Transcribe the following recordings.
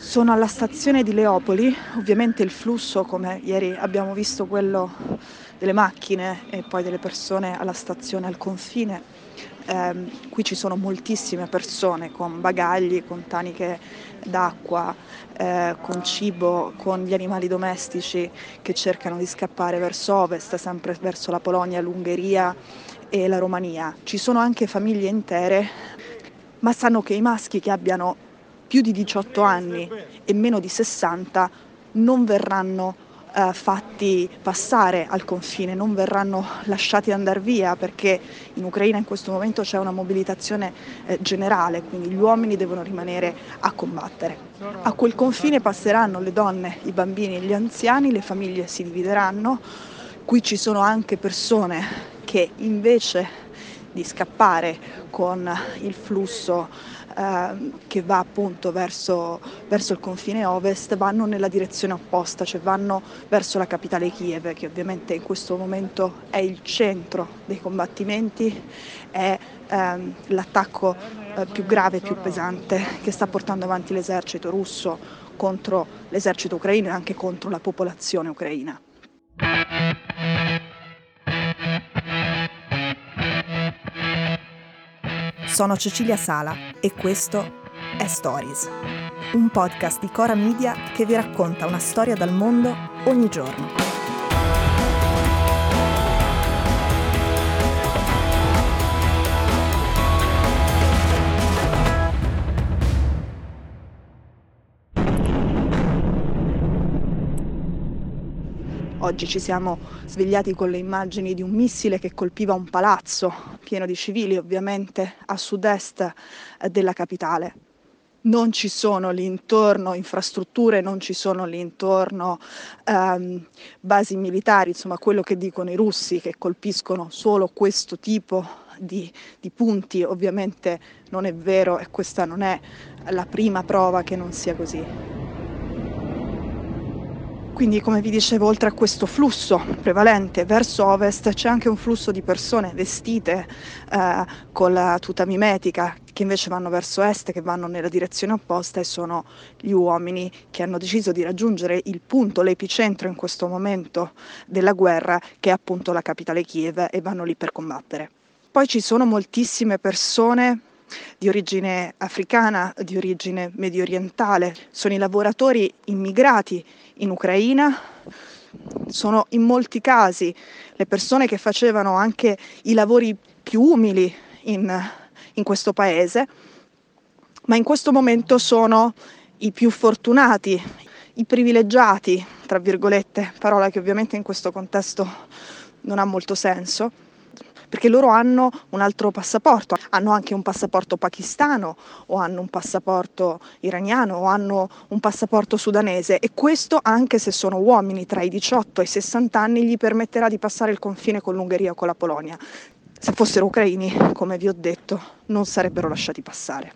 Sono alla stazione di Leopoli, ovviamente il flusso, come ieri abbiamo visto, quello delle macchine e poi delle persone alla stazione al confine. Qui ci sono moltissime persone con bagagli, con taniche d'acqua, con cibo, con gli animali domestici che cercano di scappare verso ovest, sempre verso la Polonia, l'Ungheria e la Romania. Ci sono anche famiglie intere, ma sanno che i maschi che abbiano più di 18 anni e meno di 60 non verranno fatti passare al confine, non verranno lasciati andare via, perché in Ucraina in questo momento c'è una mobilitazione generale, quindi gli uomini devono rimanere a combattere. A quel confine passeranno le donne, i bambini e gli anziani, le famiglie si divideranno. Qui ci sono anche persone che invece di scappare con il flusso che va appunto verso il confine ovest, vanno nella direzione opposta, cioè vanno verso la capitale Kiev, che ovviamente in questo momento è il centro dei combattimenti, è l'attacco più grave e più pesante che sta portando avanti l'esercito russo contro l'esercito ucraino e anche contro la popolazione ucraina. Sono Cecilia Sala e questo è Stories, un podcast di Cora Media che vi racconta una storia dal mondo ogni giorno. Oggi ci siamo svegliati con le immagini di un missile che colpiva un palazzo pieno di civili, ovviamente a sud-est della capitale. Non ci sono lì intorno infrastrutture, non ci sono lì intorno basi militari, insomma quello che dicono i russi, che colpiscono solo questo tipo di punti, ovviamente non è vero e questa non è la prima prova che non sia così. Quindi, come vi dicevo, oltre a questo flusso prevalente verso ovest, c'è anche un flusso di persone vestite con la tuta mimetica, che invece vanno verso est, che vanno nella direzione opposta, e sono gli uomini che hanno deciso di raggiungere il punto, l'epicentro in questo momento della guerra, che è appunto la capitale Kiev, e vanno lì per combattere. Poi ci sono moltissime persone di origine africana, di origine medio orientale, sono i lavoratori immigrati in Ucraina, sono in molti casi le persone che facevano anche i lavori più umili in questo paese, ma in questo momento sono i più fortunati, i privilegiati, tra virgolette, parola che ovviamente in questo contesto non ha molto senso, perché loro hanno un altro passaporto, hanno anche un passaporto pakistano o hanno un passaporto iraniano o hanno un passaporto sudanese, e questo, anche se sono uomini tra i 18 e i 60 anni, gli permetterà di passare il confine con l'Ungheria o con la Polonia. Se fossero ucraini, come vi ho detto, non sarebbero lasciati passare.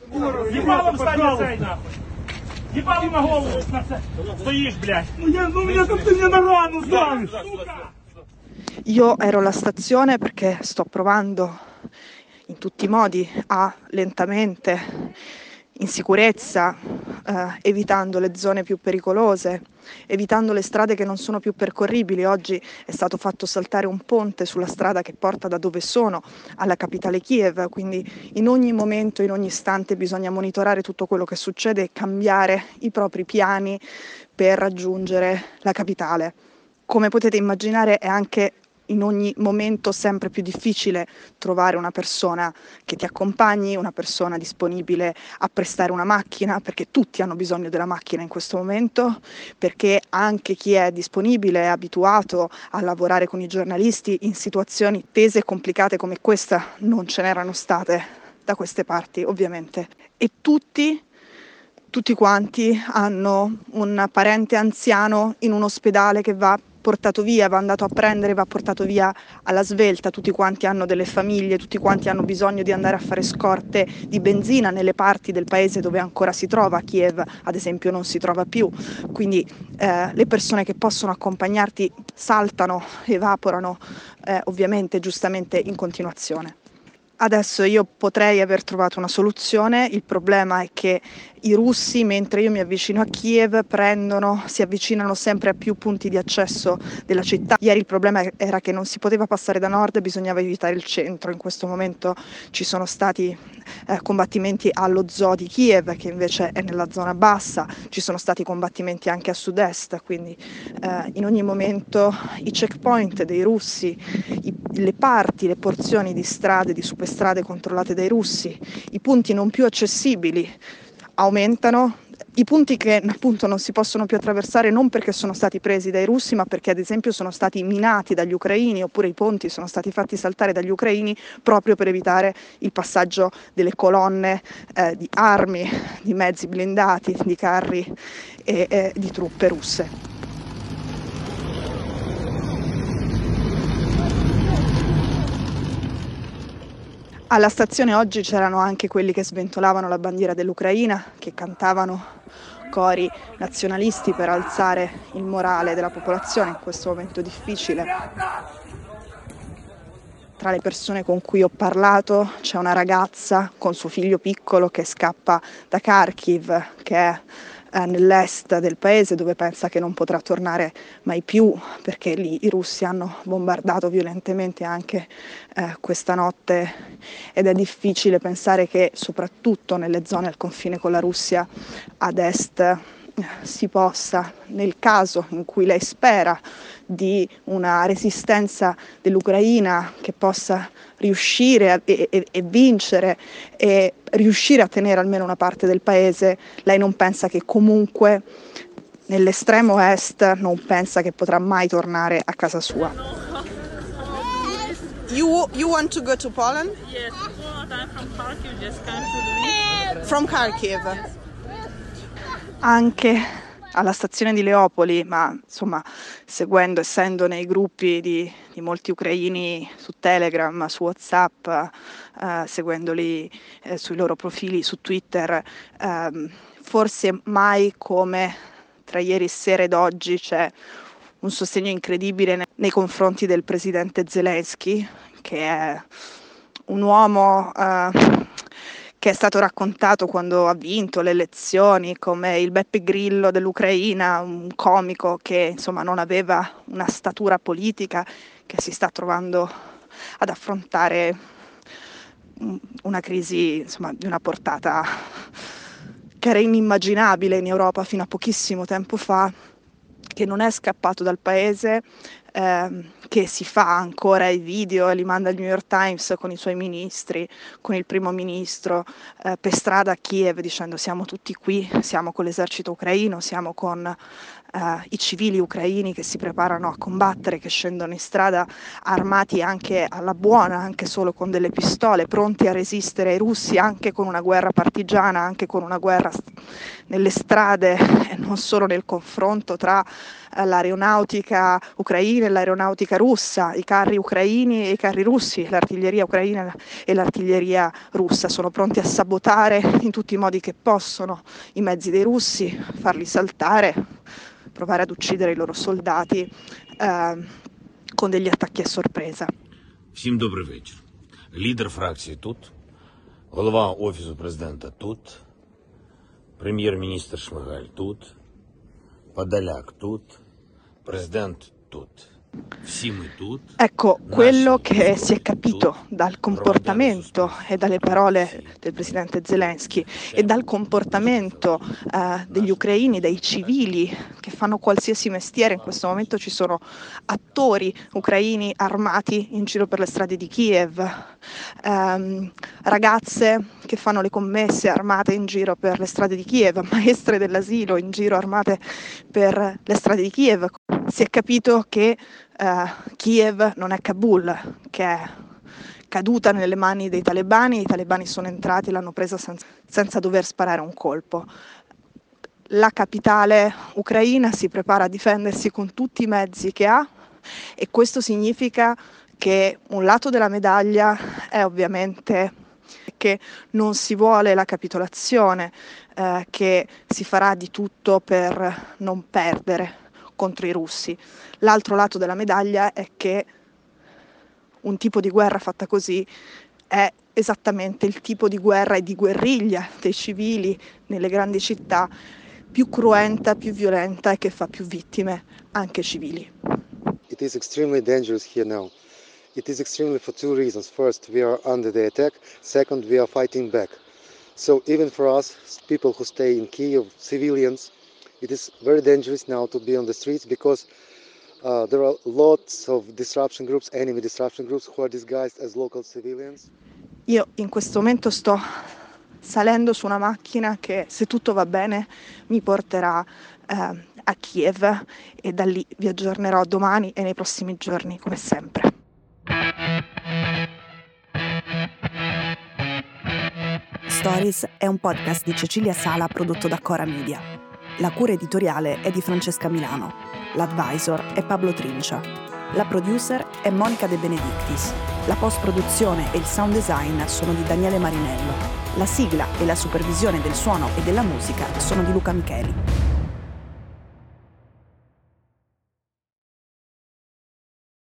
Ебало на голову стоишь, блядь. Ну меня как ты мне на рану ставишь, сука! Io ero alla stazione perché sto provando in tutti i modi a lentamente, in sicurezza, evitando le zone più pericolose, evitando le strade che non sono più percorribili. Oggi è stato fatto saltare un ponte sulla strada che porta da dove sono alla capitale Kiev, quindi in ogni momento, in ogni istante bisogna monitorare tutto quello che succede e cambiare i propri piani per raggiungere la capitale. Come potete immaginare, è anche in ogni momento sempre più difficile trovare una persona che ti accompagni, una persona disponibile a prestare una macchina, perché tutti hanno bisogno della macchina in questo momento, perché anche chi è disponibile è abituato a lavorare con i giornalisti in situazioni tese e complicate come questa non ce n'erano state da queste parti, ovviamente. E tutti quanti hanno un parente anziano in un ospedale che va portato via, va andato a prendere, va portato via alla svelta. Tutti quanti hanno delle famiglie, tutti quanti hanno bisogno di andare a fare scorte di benzina nelle parti del paese dove ancora si trova. Kiev, ad esempio, non si trova più, quindi le persone che possono accompagnarti saltano, evaporano, ovviamente, giustamente, in continuazione. Adesso io potrei aver trovato una soluzione, il problema è che i russi, mentre io mi avvicino a Kiev, si avvicinano sempre a più punti di accesso della città. Ieri il problema era che non si poteva passare da nord, bisognava evitare il centro. In questo momento ci sono stati combattimenti allo zoo di Kiev, che invece è nella zona bassa, ci sono stati combattimenti anche a sud-est, quindi in ogni momento i checkpoint dei russi, le porzioni di strade, di superstrade controllate dai russi, i punti non più accessibili aumentano, i punti che appunto non si possono più attraversare non perché sono stati presi dai russi, ma perché ad esempio sono stati minati dagli ucraini, oppure i ponti sono stati fatti saltare dagli ucraini proprio per evitare il passaggio delle colonne di armi, di mezzi blindati, di carri e di truppe russe. Alla stazione oggi c'erano anche quelli che sventolavano la bandiera dell'Ucraina, che cantavano cori nazionalisti per alzare il morale della popolazione in questo momento difficile. Tra le persone con cui ho parlato c'è una ragazza con suo figlio piccolo che scappa da Kharkiv, che è nell'est del paese, dove pensa che non potrà tornare mai più, perché lì i russi hanno bombardato violentemente anche questa notte, ed è difficile pensare che soprattutto nelle zone al confine con la Russia ad est si possa, nel caso in cui lei spera di una resistenza dell'Ucraina che possa riuscire e vincere e riuscire a tenere almeno una parte del paese, lei non pensa che comunque nell'estremo est non pensa che potrà mai tornare a casa sua. You want to go to Poland? Yes, but I'm from Kharkiv, just came to the From Kharkiv. Anche alla stazione di Leopoli, ma insomma essendo nei gruppi di molti ucraini su Telegram, su WhatsApp, seguendoli sui loro profili su Twitter, forse mai come tra ieri sera ed oggi c'è un sostegno incredibile nei confronti del presidente Zelensky, che è un uomo che è stato raccontato quando ha vinto le elezioni come il Beppe Grillo dell'Ucraina, un comico che insomma non aveva una statura politica, che si sta trovando ad affrontare una crisi insomma di una portata che era inimmaginabile in Europa fino a pochissimo tempo fa, che non è scappato dal paese, che si fa ancora i video e li manda al New York Times con i suoi ministri, con il primo ministro, per strada a Kiev dicendo siamo tutti qui, siamo con l'esercito ucraino, siamo con i civili ucraini che si preparano a combattere, che scendono in strada armati anche alla buona, anche solo con delle pistole, pronti a resistere ai russi anche con una guerra partigiana, anche con una guerra nelle strade e non solo nel confronto tra l'aeronautica ucraina e l'aeronautica russa, i carri ucraini e i carri russi, l'artiglieria ucraina e l'artiglieria russa sono pronti a sabotare in tutti i modi che possono i mezzi dei russi, farli saltare, provare ad uccidere i loro soldati con degli attacchi a sorpresa. Всім добрий вечір. Лідер фракції тут, голова Офісу президента тут, прем'єр-міністр Шмигаль тут, Подоляк тут, президент тут. Всі ми тут. Ecco, quello che si è capito dal comportamento e dalle parole del presidente Zelensky e dal comportamento degli ucraini, dei civili che fanno qualsiasi mestiere, in questo momento ci sono attori ucraini armati in giro per le strade di Kiev, ragazze che fanno le commesse armate in giro per le strade di Kiev, maestre dell'asilo in giro armate per le strade di Kiev. Si è capito che Kiev non è Kabul, che è caduta nelle mani dei talebani, i talebani sono entrati e l'hanno presa senza dover sparare un colpo. La capitale ucraina si prepara a difendersi con tutti i mezzi che ha e questo significa che un lato della medaglia è ovviamente che non si vuole la capitolazione, che si farà di tutto per non perdere contro i russi. L'altro lato della medaglia è che un tipo di guerra fatta così è esattamente il tipo di guerra e di guerriglia dei civili nelle grandi città più cruenta, più violenta e che fa più vittime anche civili. It is extremely dangerous here now. It is extremely for two reasons. First, we are under the attack. Second, we are fighting back. So even for us, people who stay in Kyiv, civilians, it is very dangerous now to be on the streets because there are lots of disruption groups, enemy disruption groups who are disguised as local civilians. Io in questo momento sto salendo su una macchina che, se tutto va bene, mi porterà a Kiev e da lì vi aggiornerò domani e nei prossimi giorni, come sempre. Stories è un podcast di Cecilia Sala prodotto da Cora Media. La cura editoriale è di Francesca Milano. L'advisor è Pablo Trincia. La producer è Monica De Benedictis. La post-produzione e il sound design sono di Daniele Marinello. La sigla e la supervisione del suono e della musica sono di Luca Micheli.